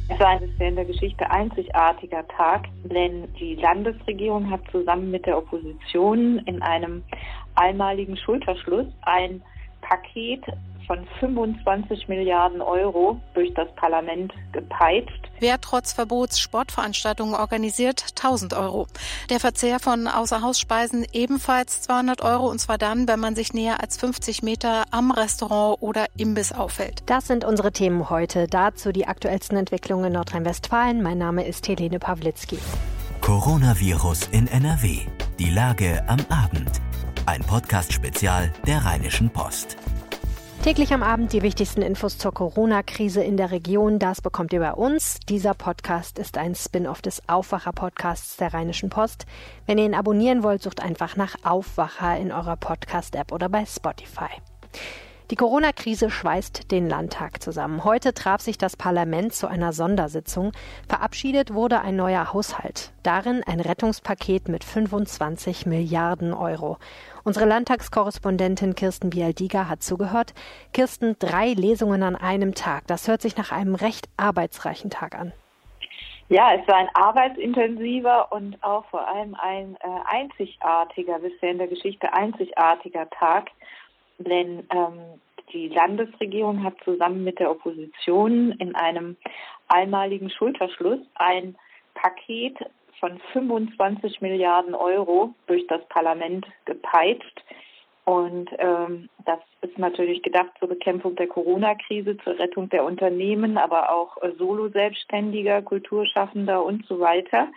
Es war ein bisher in der Geschichte einzigartiger Tag, denn die Landesregierung hat zusammen mit der Opposition in einem einmaligen Schulterschluss ein Paket von 25 Milliarden Euro durch das Parlament gepeitscht. Wer trotz Verbots Sportveranstaltungen organisiert, 1.000 Euro. Der Verzehr von Außerhausspeisen ebenfalls 200 Euro, und zwar dann, wenn man sich näher als 50 Meter am Restaurant oder Imbiss aufhält. Das sind unsere Themen heute. Dazu die aktuellsten Entwicklungen in Nordrhein-Westfalen. Mein Name ist Helene Pawlitzki. Coronavirus in NRW. Die Lage am Abend. Ein Podcast-Spezial der Rheinischen Post. Täglich am Abend die wichtigsten Infos zur Corona-Krise in der Region. Das bekommt ihr bei uns. Dieser Podcast ist ein Spin-off des Aufwacher-Podcasts der Rheinischen Post. Wenn ihr ihn abonnieren wollt, sucht einfach nach Aufwacher in eurer Podcast-App oder bei Spotify. Die Corona-Krise schweißt den Landtag zusammen. Heute traf sich das Parlament zu einer Sondersitzung. Verabschiedet wurde ein neuer Haushalt. Darin ein Rettungspaket mit 25 Milliarden Euro. Unsere Landtagskorrespondentin Kirsten Bialdiger hat zugehört. Kirsten, 3 Lesungen an einem Tag. Das hört sich nach einem recht arbeitsreichen Tag an. Ja, es war ein arbeitsintensiver und auch vor allem ein einzigartiger, bisher in der Geschichte einzigartiger Tag. Denn die Landesregierung hat zusammen mit der Opposition in einem einmaligen Schulterschluss ein Paket von 25 Milliarden Euro durch das Parlament gepeitscht. Und das ist natürlich gedacht zur Bekämpfung der Corona-Krise, zur Rettung der Unternehmen, aber auch Solo-Selbstständiger, Kulturschaffender und so weiter.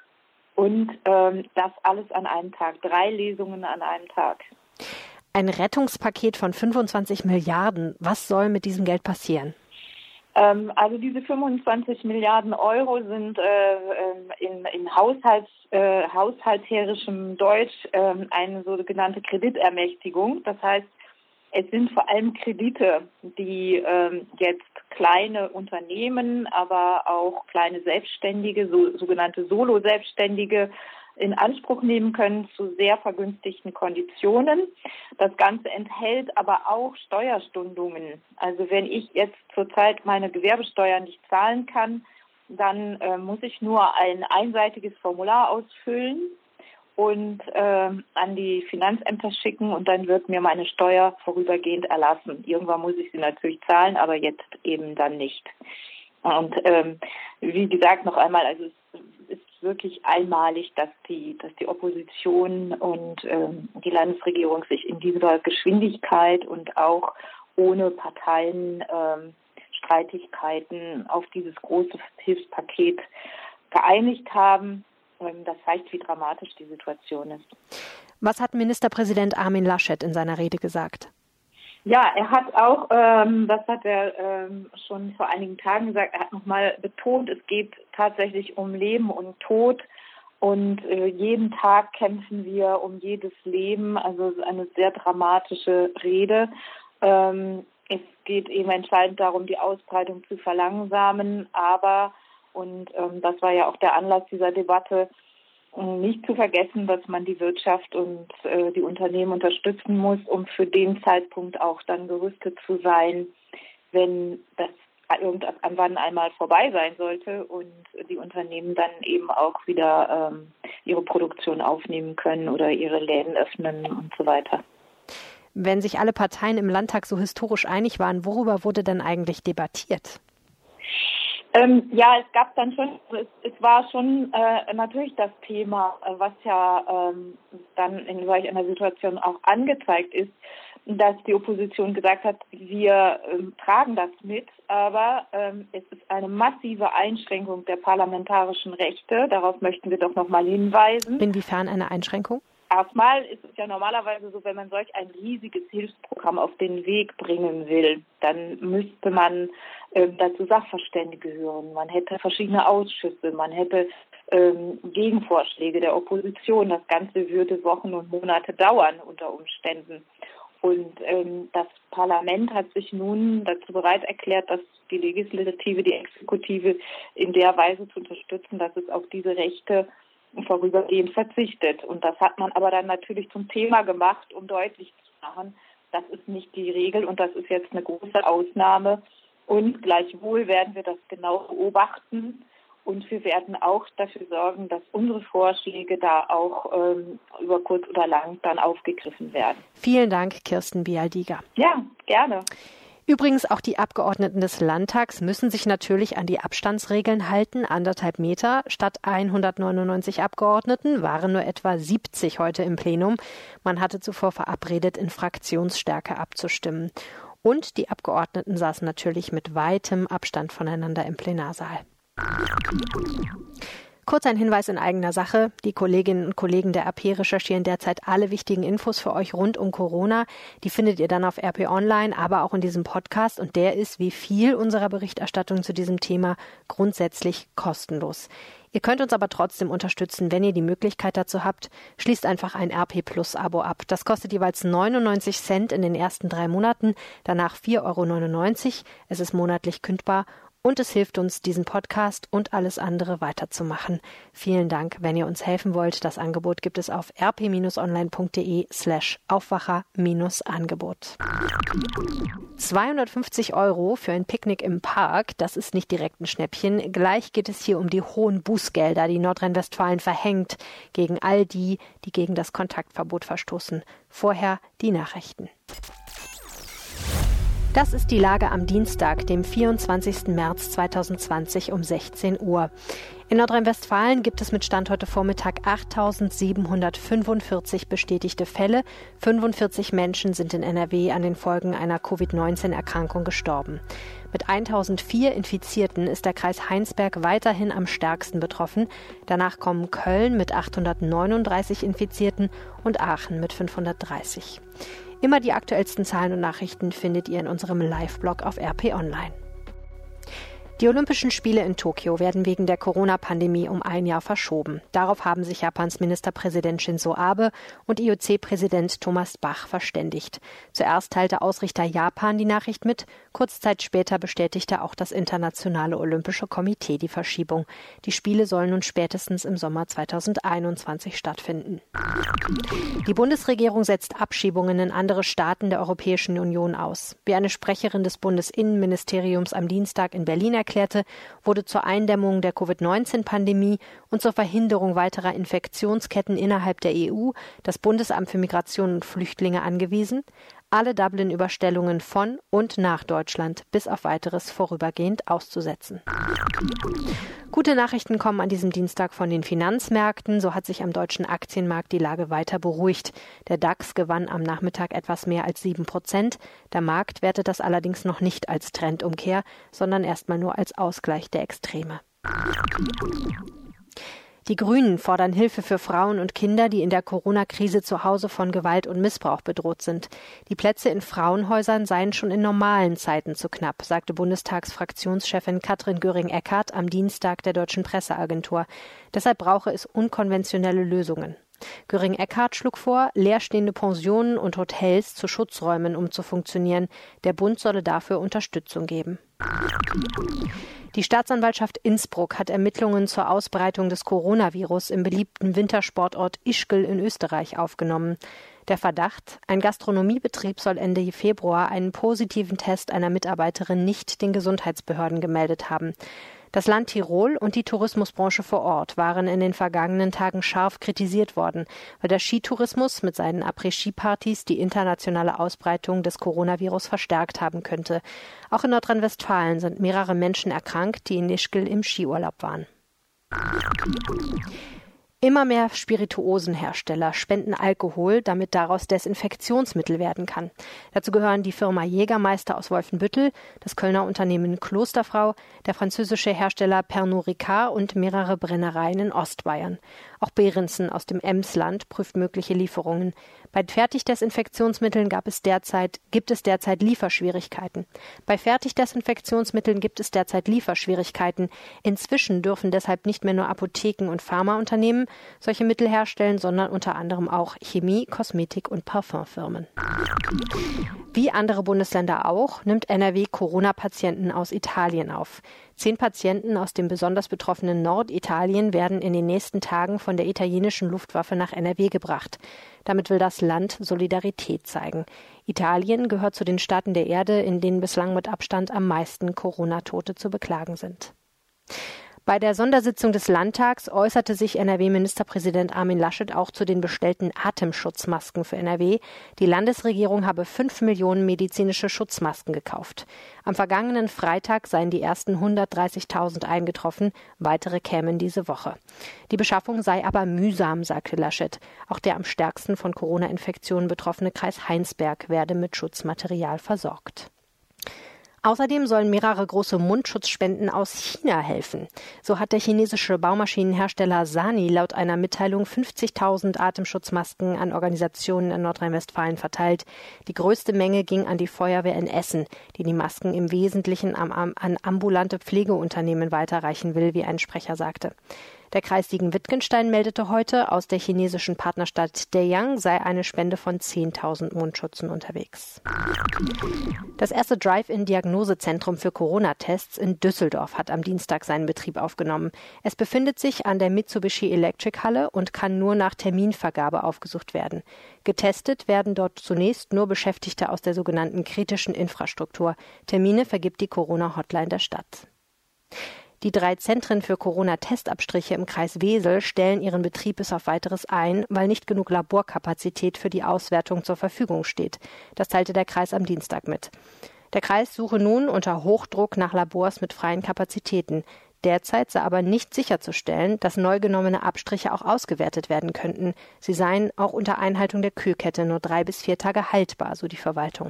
Und das alles an einem Tag, 3 Lesungen an einem Tag. Ein Rettungspaket von 25 Milliarden. Was soll mit diesem Geld passieren? Also diese 25 Milliarden Euro sind in haushalterischem Deutsch eine sogenannte Kreditermächtigung. Das heißt, es sind vor allem Kredite, die jetzt kleine Unternehmen, aber auch kleine Selbstständige, sogenannte Solo-Selbstständige, in Anspruch nehmen können zu sehr vergünstigten Konditionen. Das Ganze enthält aber auch Steuerstundungen. Also wenn ich jetzt zurzeit meine Gewerbesteuer nicht zahlen kann, dann muss ich nur ein einseitiges Formular ausfüllen und an die Finanzämter schicken, und dann wird mir meine Steuer vorübergehend erlassen. Irgendwann muss ich sie natürlich zahlen, aber jetzt eben dann nicht. Und wie gesagt, noch einmal, also es ist wirklich einmalig, dass die Opposition und die Landesregierung sich in dieser Geschwindigkeit und auch ohne Parteienstreitigkeiten auf dieses große Hilfspaket geeinigt haben. Das zeigt, wie dramatisch die Situation ist. Was hat Ministerpräsident Armin Laschet in seiner Rede gesagt? Ja, er hat auch, das hat er schon vor einigen Tagen gesagt, er hat nochmal betont, es geht tatsächlich um Leben und Tod, und jeden Tag kämpfen wir um jedes Leben, also eine sehr dramatische Rede. Es geht eben entscheidend darum, die Ausbreitung zu verlangsamen, aber, und das war ja auch der Anlass dieser Debatte, nicht zu vergessen, dass man die Wirtschaft und die Unternehmen unterstützen muss, um für den Zeitpunkt auch dann gerüstet zu sein, wenn das irgendwann einmal vorbei sein sollte und die Unternehmen dann eben auch wieder ihre Produktion aufnehmen können oder ihre Läden öffnen und so weiter. Wenn sich alle Parteien im Landtag so historisch einig waren, worüber wurde denn eigentlich debattiert? Ja, es gab dann schon, es war schon natürlich das Thema, was ja dann in solch einer Situation auch angezeigt ist, dass die Opposition gesagt hat, wir tragen das mit, aber es ist eine massive Einschränkung der parlamentarischen Rechte. Darauf möchten wir doch nochmal hinweisen. Inwiefern eine Einschränkung? Erstmal ist es ja normalerweise so, wenn man solch ein riesiges Hilfsprogramm auf den Weg bringen will, dann müsste man dazu Sachverständige hören. Man hätte verschiedene Ausschüsse, man hätte Gegenvorschläge der Opposition. Das Ganze würde Wochen und Monate dauern unter Umständen. Und das Parlament hat sich nun dazu bereit erklärt, dass die Legislative, die Exekutive in der Weise zu unterstützen, dass es auf diese Rechte vorübergehend verzichtet. Und das hat man aber dann natürlich zum Thema gemacht, um deutlich zu machen, das ist nicht die Regel und das ist jetzt eine große Ausnahme. Und gleichwohl werden wir das genau beobachten. Und wir werden auch dafür sorgen, dass unsere Vorschläge da auch über kurz oder lang dann aufgegriffen werden. Vielen Dank, Kirsten Bialdiger. Ja, gerne. Übrigens, auch die Abgeordneten des Landtags müssen sich natürlich an die Abstandsregeln halten. 1,5 Meter. Statt 199 Abgeordneten waren nur etwa 70 heute im Plenum. Man hatte zuvor verabredet, in Fraktionsstärke abzustimmen. Und die Abgeordneten saßen natürlich mit weitem Abstand voneinander im Plenarsaal. Kurz ein Hinweis in eigener Sache. Die Kolleginnen und Kollegen der RP recherchieren derzeit alle wichtigen Infos für euch rund um Corona. Die findet ihr dann auf RP Online, aber auch in diesem Podcast. Und der ist, wie viel unserer Berichterstattung zu diesem Thema, grundsätzlich kostenlos. Ihr könnt uns aber trotzdem unterstützen, wenn ihr die Möglichkeit dazu habt. Schließt einfach ein RP Plus Abo ab. Das kostet jeweils 99 Cent in den ersten 3 Monaten, danach 4,99 €. Es ist monatlich kündbar. Und es hilft uns, diesen Podcast und alles andere weiterzumachen. Vielen Dank, wenn ihr uns helfen wollt. Das Angebot gibt es auf rp-online.de/Aufwacher-Angebot. 250 € für ein Picknick im Park, das ist nicht direkt ein Schnäppchen. Gleich geht es hier um die hohen Bußgelder, die Nordrhein-Westfalen verhängt gegen all die, die gegen das Kontaktverbot verstoßen. Vorher die Nachrichten. Das ist die Lage am Dienstag, dem 24. März 2020 um 16 Uhr. In Nordrhein-Westfalen gibt es mit Stand heute Vormittag 8.745 bestätigte Fälle. 45 Menschen sind in NRW an den Folgen einer Covid-19-Erkrankung gestorben. Mit 1.004 Infizierten ist der Kreis Heinsberg weiterhin am stärksten betroffen. Danach kommen Köln mit 839 Infizierten und Aachen mit 530. Immer die aktuellsten Zahlen und Nachrichten findet ihr in unserem Live-Blog auf RP Online. Die Olympischen Spiele in Tokio werden wegen der Corona-Pandemie um 1 Jahr verschoben. Darauf haben sich Japans Ministerpräsident Shinzo Abe und IOC-Präsident Thomas Bach verständigt. Zuerst teilte Ausrichter Japan die Nachricht mit. Kurze Zeit später bestätigte auch das Internationale Olympische Komitee die Verschiebung. Die Spiele sollen nun spätestens im Sommer 2021 stattfinden. Die Bundesregierung setzt Abschiebungen in andere Staaten der Europäischen Union aus. Wie eine Sprecherin des Bundesinnenministeriums am Dienstag in Berlin erklärte, wurde zur Eindämmung der Covid-19-Pandemie und zur Verhinderung weiterer Infektionsketten innerhalb der EU das Bundesamt für Migration und Flüchtlinge angewiesen, alle Dublin-Überstellungen von und nach Deutschland bis auf Weiteres vorübergehend auszusetzen. Gute Nachrichten kommen an diesem Dienstag von den Finanzmärkten. So hat sich am deutschen Aktienmarkt die Lage weiter beruhigt. Der DAX gewann am Nachmittag etwas mehr als 7%. Der Markt wertet das allerdings noch nicht als Trendumkehr, sondern erstmal nur als Ausgleich der Extreme. Die Grünen fordern Hilfe für Frauen und Kinder, die in der Corona-Krise zu Hause von Gewalt und Missbrauch bedroht sind. Die Plätze in Frauenhäusern seien schon in normalen Zeiten zu knapp, sagte Bundestagsfraktionschefin Katrin Göring-Eckardt am Dienstag der Deutschen Presseagentur. Deshalb brauche es unkonventionelle Lösungen. Göring-Eckardt schlug vor, leerstehende Pensionen und Hotels zu Schutzräumen umzufunktionieren. Der Bund solle dafür Unterstützung geben. Die Staatsanwaltschaft Innsbruck hat Ermittlungen zur Ausbreitung des Coronavirus im beliebten Wintersportort Ischgl in Österreich aufgenommen. Der Verdacht, ein Gastronomiebetrieb soll Ende Februar einen positiven Test einer Mitarbeiterin nicht den Gesundheitsbehörden gemeldet haben. Das Land Tirol und die Tourismusbranche vor Ort waren in den vergangenen Tagen scharf kritisiert worden, weil der Skitourismus mit seinen Après-Ski-Partys die internationale Ausbreitung des Coronavirus verstärkt haben könnte. Auch in Nordrhein-Westfalen sind mehrere Menschen erkrankt, die in Ischgl im Skiurlaub waren. Immer mehr Spirituosenhersteller spenden Alkohol, damit daraus Desinfektionsmittel werden kann. Dazu gehören die Firma Jägermeister aus Wolfenbüttel, das Kölner Unternehmen Klosterfrau, der französische Hersteller Pernod Ricard und mehrere Brennereien in Ostbayern. Auch Behrensen aus dem Emsland prüft mögliche Lieferungen. Bei Fertigdesinfektionsmitteln gibt es derzeit Lieferschwierigkeiten. Inzwischen dürfen deshalb nicht mehr nur Apotheken und Pharmaunternehmen solche Mittel herstellen, sondern unter anderem auch Chemie-, Kosmetik- und Parfumfirmen. Wie andere Bundesländer auch, nimmt NRW Corona-Patienten aus Italien auf. 10 Patienten aus dem besonders betroffenen Norditalien werden in den nächsten Tagen von der italienischen Luftwaffe nach NRW gebracht. Damit will das Land Solidarität zeigen. Italien gehört zu den Staaten der Erde, in denen bislang mit Abstand am meisten Corona-Tote zu beklagen sind. Bei der Sondersitzung des Landtags äußerte sich NRW-Ministerpräsident Armin Laschet auch zu den bestellten Atemschutzmasken für NRW. Die Landesregierung habe 5 Millionen medizinische Schutzmasken gekauft. Am vergangenen Freitag seien die ersten 130.000 eingetroffen, weitere kämen diese Woche. Die Beschaffung sei aber mühsam, sagte Laschet. Auch der am stärksten von Corona-Infektionen betroffene Kreis Heinsberg werde mit Schutzmaterial versorgt. Außerdem sollen mehrere große Mundschutzspenden aus China helfen. So hat der chinesische Baumaschinenhersteller Sany laut einer Mitteilung 50.000 Atemschutzmasken an Organisationen in Nordrhein-Westfalen verteilt. Die größte Menge ging an die Feuerwehr in Essen, die die Masken im Wesentlichen an ambulante Pflegeunternehmen weiterreichen will, wie ein Sprecher sagte. Der Kreis Siegen-Wittgenstein meldete heute, aus der chinesischen Partnerstadt Deyang sei eine Spende von 10.000 Mundschützen unterwegs. Das erste Drive-in-Diagnosezentrum für Corona-Tests in Düsseldorf hat am Dienstag seinen Betrieb aufgenommen. Es befindet sich an der Mitsubishi Electric Halle und kann nur nach Terminvergabe aufgesucht werden. Getestet werden dort zunächst nur Beschäftigte aus der sogenannten kritischen Infrastruktur. Termine vergibt die Corona-Hotline der Stadt. Die 3 Zentren für Corona-Testabstriche im Kreis Wesel stellen ihren Betrieb bis auf Weiteres ein, weil nicht genug Laborkapazität für die Auswertung zur Verfügung steht. Das teilte der Kreis am Dienstag mit. Der Kreis suche nun unter Hochdruck nach Labors mit freien Kapazitäten. Derzeit sei aber nicht sicherzustellen, dass neu genommene Abstriche auch ausgewertet werden könnten. Sie seien auch unter Einhaltung der Kühlkette nur 3 bis 4 Tage haltbar, so die Verwaltung.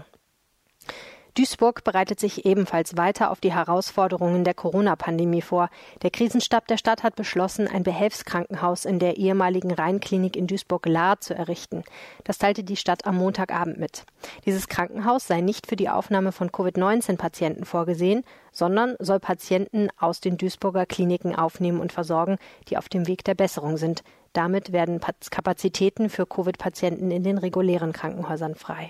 Duisburg bereitet sich ebenfalls weiter auf die Herausforderungen der Corona-Pandemie vor. Der Krisenstab der Stadt hat beschlossen, ein Behelfskrankenhaus in der ehemaligen Rheinklinik in Duisburg-Lahr zu errichten. Das teilte die Stadt am Montagabend mit. Dieses Krankenhaus sei nicht für die Aufnahme von Covid-19-Patienten vorgesehen, sondern soll Patienten aus den Duisburger Kliniken aufnehmen und versorgen, die auf dem Weg der Besserung sind. Damit werden Kapazitäten für Covid-Patienten in den regulären Krankenhäusern frei.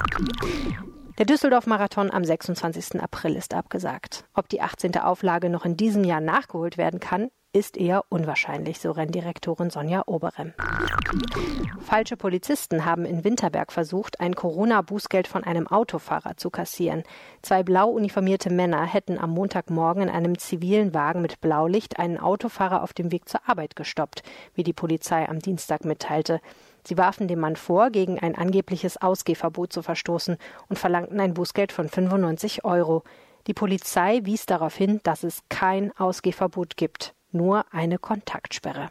Der Düsseldorf-Marathon am 26. April ist abgesagt. Ob die 18. Auflage noch in diesem Jahr nachgeholt werden kann, ist eher unwahrscheinlich, so Renndirektorin Sonja Oberem. Falsche Polizisten haben in Winterberg versucht, ein Corona-Bußgeld von einem Autofahrer zu kassieren. 2 blau uniformierte Männer hätten am Montagmorgen in einem zivilen Wagen mit Blaulicht einen Autofahrer auf dem Weg zur Arbeit gestoppt, wie die Polizei am Dienstag mitteilte. Sie warfen dem Mann vor, gegen ein angebliches Ausgehverbot zu verstoßen und verlangten ein Bußgeld von 95 €. Die Polizei wies darauf hin, dass es kein Ausgehverbot gibt, nur eine Kontaktsperre.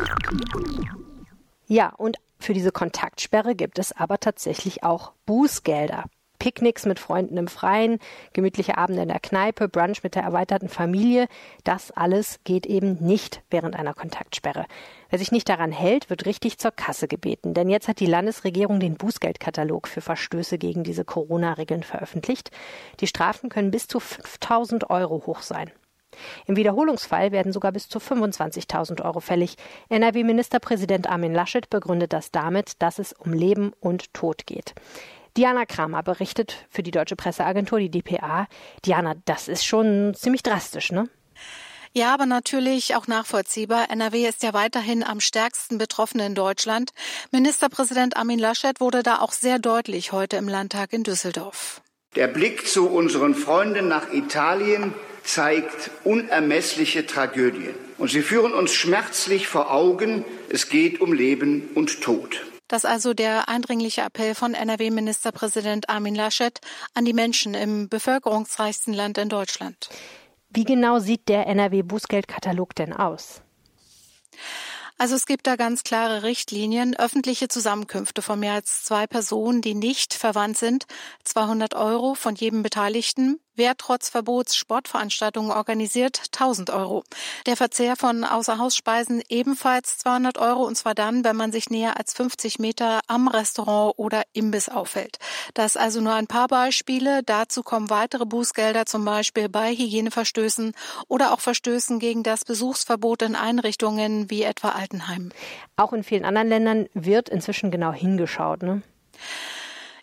Ja, und für diese Kontaktsperre gibt es aber tatsächlich auch Bußgelder. Picknicks mit Freunden im Freien, gemütliche Abende in der Kneipe, Brunch mit der erweiterten Familie, das alles geht eben nicht während einer Kontaktsperre. Wer sich nicht daran hält, wird richtig zur Kasse gebeten. Denn jetzt hat die Landesregierung den Bußgeldkatalog für Verstöße gegen diese Corona-Regeln veröffentlicht. Die Strafen können bis zu 5.000 € hoch sein. Im Wiederholungsfall werden sogar bis zu 25.000 € fällig. NRW-Ministerpräsident Armin Laschet begründet das damit, dass es um Leben und Tod geht. Diana Kramer berichtet für die Deutsche Presseagentur, die dpa. Diana, das ist schon ziemlich drastisch, ne? Ja, aber natürlich auch nachvollziehbar. NRW ist ja weiterhin am stärksten betroffen in Deutschland. Ministerpräsident Armin Laschet wurde da auch sehr deutlich heute im Landtag in Düsseldorf. Der Blick zu unseren Freunden nach Italien zeigt unermessliche Tragödien. Und sie führen uns schmerzlich vor Augen, es geht um Leben und Tod. Das ist also der eindringliche Appell von NRW-Ministerpräsident Armin Laschet an die Menschen im bevölkerungsreichsten Land in Deutschland. Wie genau sieht der NRW-Bußgeldkatalog denn aus? Also es gibt da ganz klare Richtlinien. Öffentliche Zusammenkünfte von mehr als 2 Personen, die nicht verwandt sind, 200 € von jedem Beteiligten. Wer trotz Verbots Sportveranstaltungen organisiert, 1.000 €. Der Verzehr von Außerhausspeisen ebenfalls 200 €, und zwar dann, wenn man sich näher als 50 Meter am Restaurant oder Imbiss aufhält. Das also nur ein paar Beispiele. Dazu kommen weitere Bußgelder, zum Beispiel bei Hygieneverstößen oder auch Verstößen gegen das Besuchsverbot in Einrichtungen wie etwa Altenheimen. Auch in vielen anderen Ländern wird inzwischen genau hingeschaut, ne?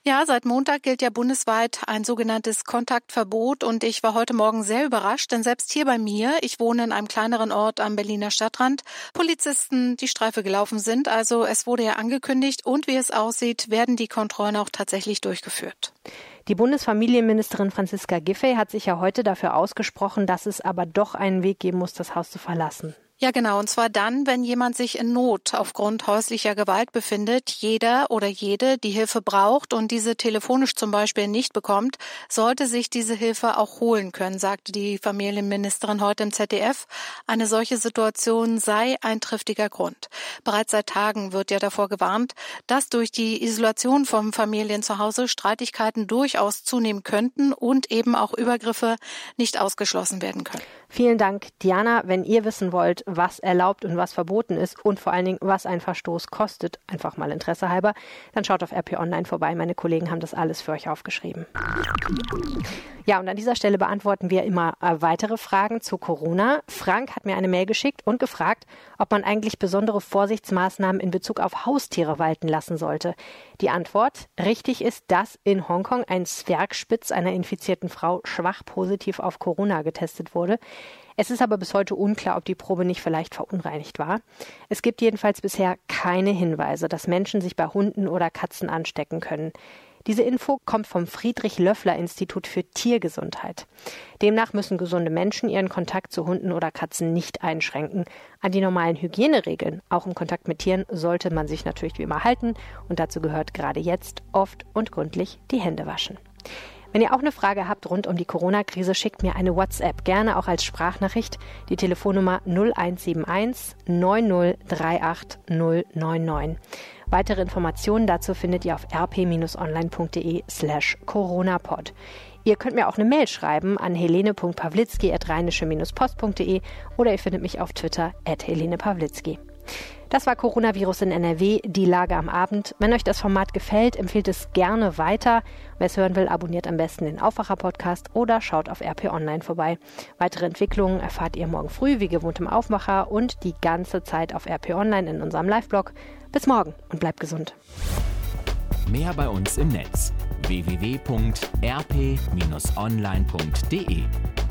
Ja, seit Montag gilt ja bundesweit ein sogenanntes Kontaktverbot und ich war heute Morgen sehr überrascht, denn selbst hier bei mir, ich wohne in einem kleineren Ort am Berliner Stadtrand, Polizisten die Streife gelaufen sind. Also es wurde ja angekündigt und wie es aussieht, werden die Kontrollen auch tatsächlich durchgeführt. Die Bundesfamilienministerin Franziska Giffey hat sich ja heute dafür ausgesprochen, dass es aber doch einen Weg geben muss, das Haus zu verlassen. Ja, genau. Und zwar dann, wenn jemand sich in Not aufgrund häuslicher Gewalt befindet. Jeder oder jede, die Hilfe braucht und diese telefonisch zum Beispiel nicht bekommt, sollte sich diese Hilfe auch holen können, sagte die Familienministerin heute im ZDF. Eine solche Situation sei ein triftiger Grund. Bereits seit Tagen wird ja davor gewarnt, dass durch die Isolation von Familien zu Hause Streitigkeiten durchaus zunehmen könnten und eben auch Übergriffe nicht ausgeschlossen werden können. Vielen Dank, Diana. Wenn ihr wissen wollt, was erlaubt und was verboten ist und vor allen Dingen, was ein Verstoß kostet, einfach mal Interesse halber, dann schaut auf RP Online vorbei. Meine Kollegen haben das alles für euch aufgeschrieben. Ja, und an dieser Stelle beantworten wir immer weitere Fragen zu Corona. Frank hat mir eine Mail geschickt und gefragt, ob man eigentlich besondere Vorsichtsmaßnahmen in Bezug auf Haustiere walten lassen sollte. Die Antwort: Richtig ist, dass in Hongkong ein Zwergspitz einer infizierten Frau schwach positiv auf Corona getestet wurde. Es ist aber bis heute unklar, ob die Probe nicht vielleicht verunreinigt war. Es gibt jedenfalls bisher keine Hinweise, dass Menschen sich bei Hunden oder Katzen anstecken können. Diese Info kommt vom Friedrich-Löffler-Institut für Tiergesundheit. Demnach müssen gesunde Menschen ihren Kontakt zu Hunden oder Katzen nicht einschränken. An die normalen Hygieneregeln, auch im Kontakt mit Tieren, sollte man sich natürlich wie immer halten. Und dazu gehört gerade jetzt oft und gründlich die Hände waschen. Wenn ihr auch eine Frage habt rund um die Corona-Krise, schickt mir eine WhatsApp, gerne auch als Sprachnachricht. Die Telefonnummer 0171 9038 099. Weitere Informationen dazu findet ihr auf rp-online.de/coronapod. Ihr könnt mir auch eine Mail schreiben an helene.pawlitzki@rheinische-post.de oder ihr findet mich auf Twitter @helenepawlitzki. Das war Coronavirus in NRW, die Lage am Abend. Wenn euch das Format gefällt, empfehlt es gerne weiter. Wer es hören will, abonniert am besten den Aufwacher-Podcast oder schaut auf RP Online vorbei. Weitere Entwicklungen erfahrt ihr morgen früh, wie gewohnt im Aufwacher und die ganze Zeit auf RP Online in unserem Live-Blog. Bis morgen und bleibt gesund. Mehr bei uns im Netz: www.rp-online.de